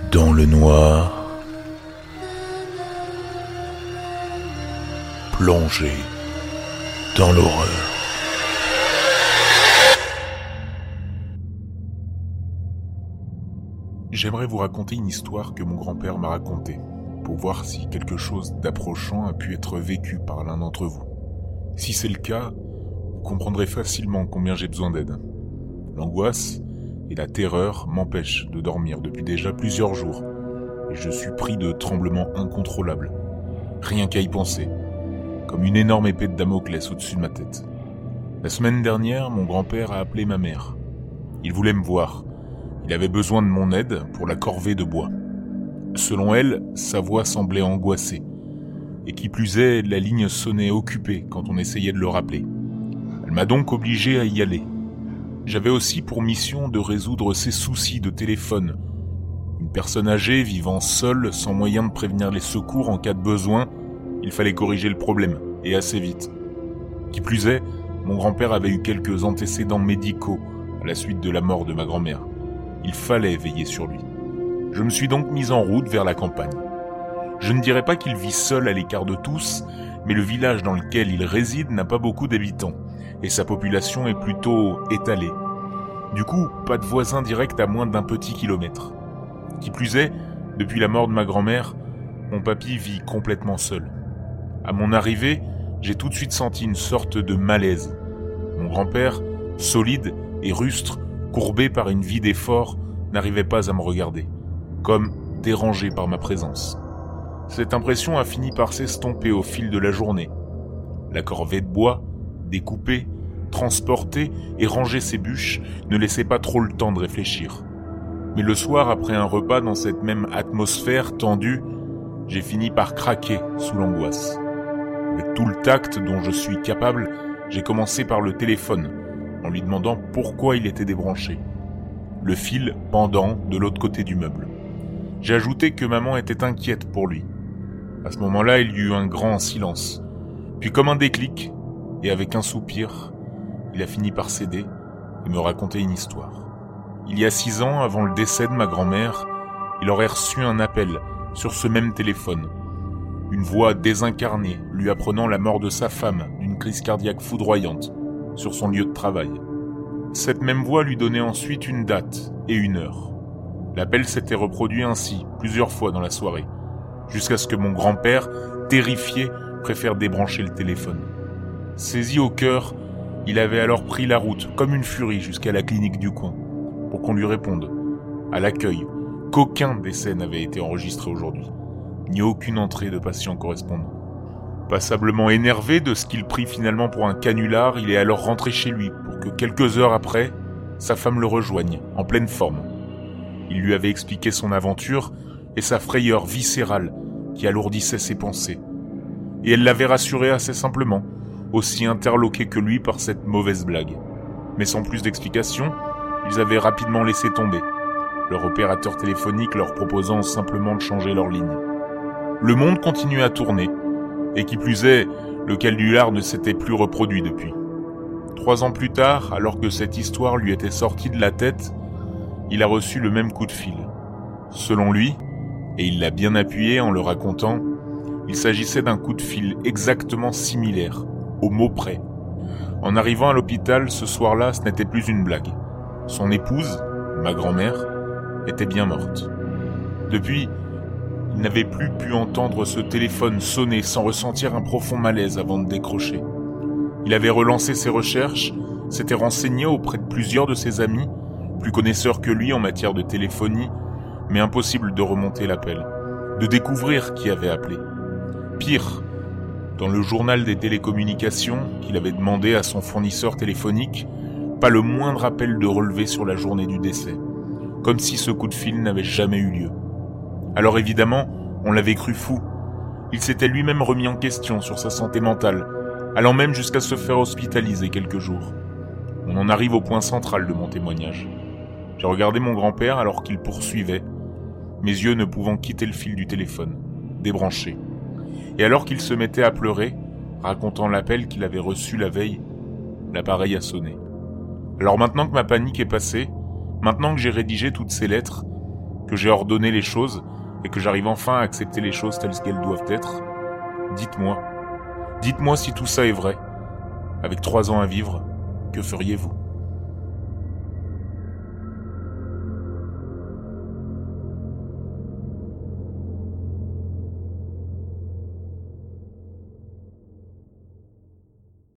Dans le noir, plongé dans l'horreur. J'aimerais vous raconter une histoire que mon grand-père m'a racontée, pour voir si quelque chose d'approchant a pu être vécu par l'un d'entre vous. Si c'est le cas, vous comprendrez facilement combien j'ai besoin d'aide. L'angoisse et la terreur m'empêchent de dormir depuis déjà plusieurs jours, et je suis pris de tremblements incontrôlables, rien qu'à y penser, comme une énorme épée de Damoclès au-dessus de ma tête. La semaine dernière, mon grand-père a appelé ma mère. Il voulait me voir. Il avait besoin de mon aide pour la corvée de bois. Selon elle, sa voix semblait angoissée. Et qui plus est, la ligne sonnait occupée quand on essayait de le rappeler. Elle m'a donc obligé à y aller. J'avais aussi pour mission de résoudre ses soucis de téléphone. Une personne âgée vivant seule, sans moyen de prévenir les secours en cas de besoin, il fallait corriger le problème, et assez vite. Qui plus est, mon grand-père avait eu quelques antécédents médicaux à la suite de la mort de ma grand-mère. Il fallait veiller sur lui. Je me suis donc mis en route vers la campagne. Je ne dirais pas qu'il vit seul à l'écart de tous, mais le village dans lequel il réside n'a pas beaucoup d'habitants, et sa population est plutôt étalée. Du coup, pas de voisins directs à moins d'un petit kilomètre. Qui plus est, depuis la mort de ma grand-mère, mon papy vit complètement seul. À mon arrivée, j'ai tout de suite senti une sorte de malaise. Mon grand-père, solide et rustre, courbé par une vie d'effort, n'arrivait pas à me regarder, comme dérangé par ma présence. Cette impression a fini par s'estomper au fil de la journée. La corvée de bois, découper, transporter et ranger ses bûches ne laissait pas trop le temps de réfléchir. Mais le soir, après un repas dans cette même atmosphère tendue, j'ai fini par craquer sous l'angoisse. Avec tout le tact dont je suis capable, j'ai commencé par le téléphone, en lui demandant pourquoi il était débranché. Le fil pendant de l'autre côté du meuble. J'ai ajouté que maman était inquiète pour lui. À ce moment-là, il y eut un grand silence. Puis comme un déclic, et avec un soupir, il a fini par céder et me raconter une histoire. Il y a 6 ans, avant le décès de ma grand-mère, il aurait reçu un appel sur ce même téléphone. Une voix désincarnée lui apprenant la mort de sa femme d'une crise cardiaque foudroyante sur son lieu de travail. Cette même voix lui donnait ensuite une date et une heure. L'appel s'était reproduit ainsi plusieurs fois dans la soirée, jusqu'à ce que mon grand-père, terrifié, préfère débrancher le téléphone. Saisi au cœur, il avait alors pris la route comme une furie jusqu'à la clinique du coin, pour qu'on lui réponde, à l'accueil, qu'aucun décès n'avait été enregistré aujourd'hui, ni aucune entrée de patient correspondant. Passablement énervé de ce qu'il prit finalement pour un canular, il est alors rentré chez lui pour que quelques heures après, sa femme le rejoigne, en pleine forme. Il lui avait expliqué son aventure et sa frayeur viscérale qui alourdissait ses pensées. Et elle l'avait rassuré assez simplement, aussi interloqué que lui par cette mauvaise blague. Mais sans plus d'explications, ils avaient rapidement laissé tomber, leur opérateur téléphonique leur proposant simplement de changer leur ligne. Le monde continuait à tourner, et qui plus est, le canular ne s'était plus reproduit depuis. 3 ans plus tard, alors que cette histoire lui était sortie de la tête, il a reçu le même coup de fil. Selon lui, et il l'a bien appuyé en le racontant, il s'agissait d'un coup de fil exactement similaire, au mot près. En arrivant à l'hôpital ce soir-là, ce n'était plus une blague. Son épouse, ma grand-mère, était bien morte. Depuis, il n'avait plus pu entendre ce téléphone sonner sans ressentir un profond malaise avant de décrocher. Il avait relancé ses recherches, s'était renseigné auprès de plusieurs de ses amis, plus connaisseurs que lui en matière de téléphonie, mais impossible de remonter l'appel, de découvrir qui avait appelé. Pire, dans le journal des télécommunications qu'il avait demandé à son fournisseur téléphonique, pas le moindre appel de relevé sur la journée du décès, comme si ce coup de fil n'avait jamais eu lieu. Alors évidemment, on l'avait cru fou. Il s'était lui-même remis en question sur sa santé mentale, allant même jusqu'à se faire hospitaliser quelques jours. On en arrive au point central de mon témoignage. J'ai regardé mon grand-père alors qu'il poursuivait, mes yeux ne pouvant quitter le fil du téléphone, débranché. Et alors qu'il se mettait à pleurer, racontant l'appel qu'il avait reçu la veille, l'appareil a sonné. Alors maintenant que ma panique est passée, maintenant que j'ai rédigé toutes ces lettres, que j'ai ordonné les choses et que j'arrive enfin à accepter les choses telles qu'elles doivent être. Dites-moi si tout ça est vrai. Avec 3 ans à vivre, que feriez-vous ?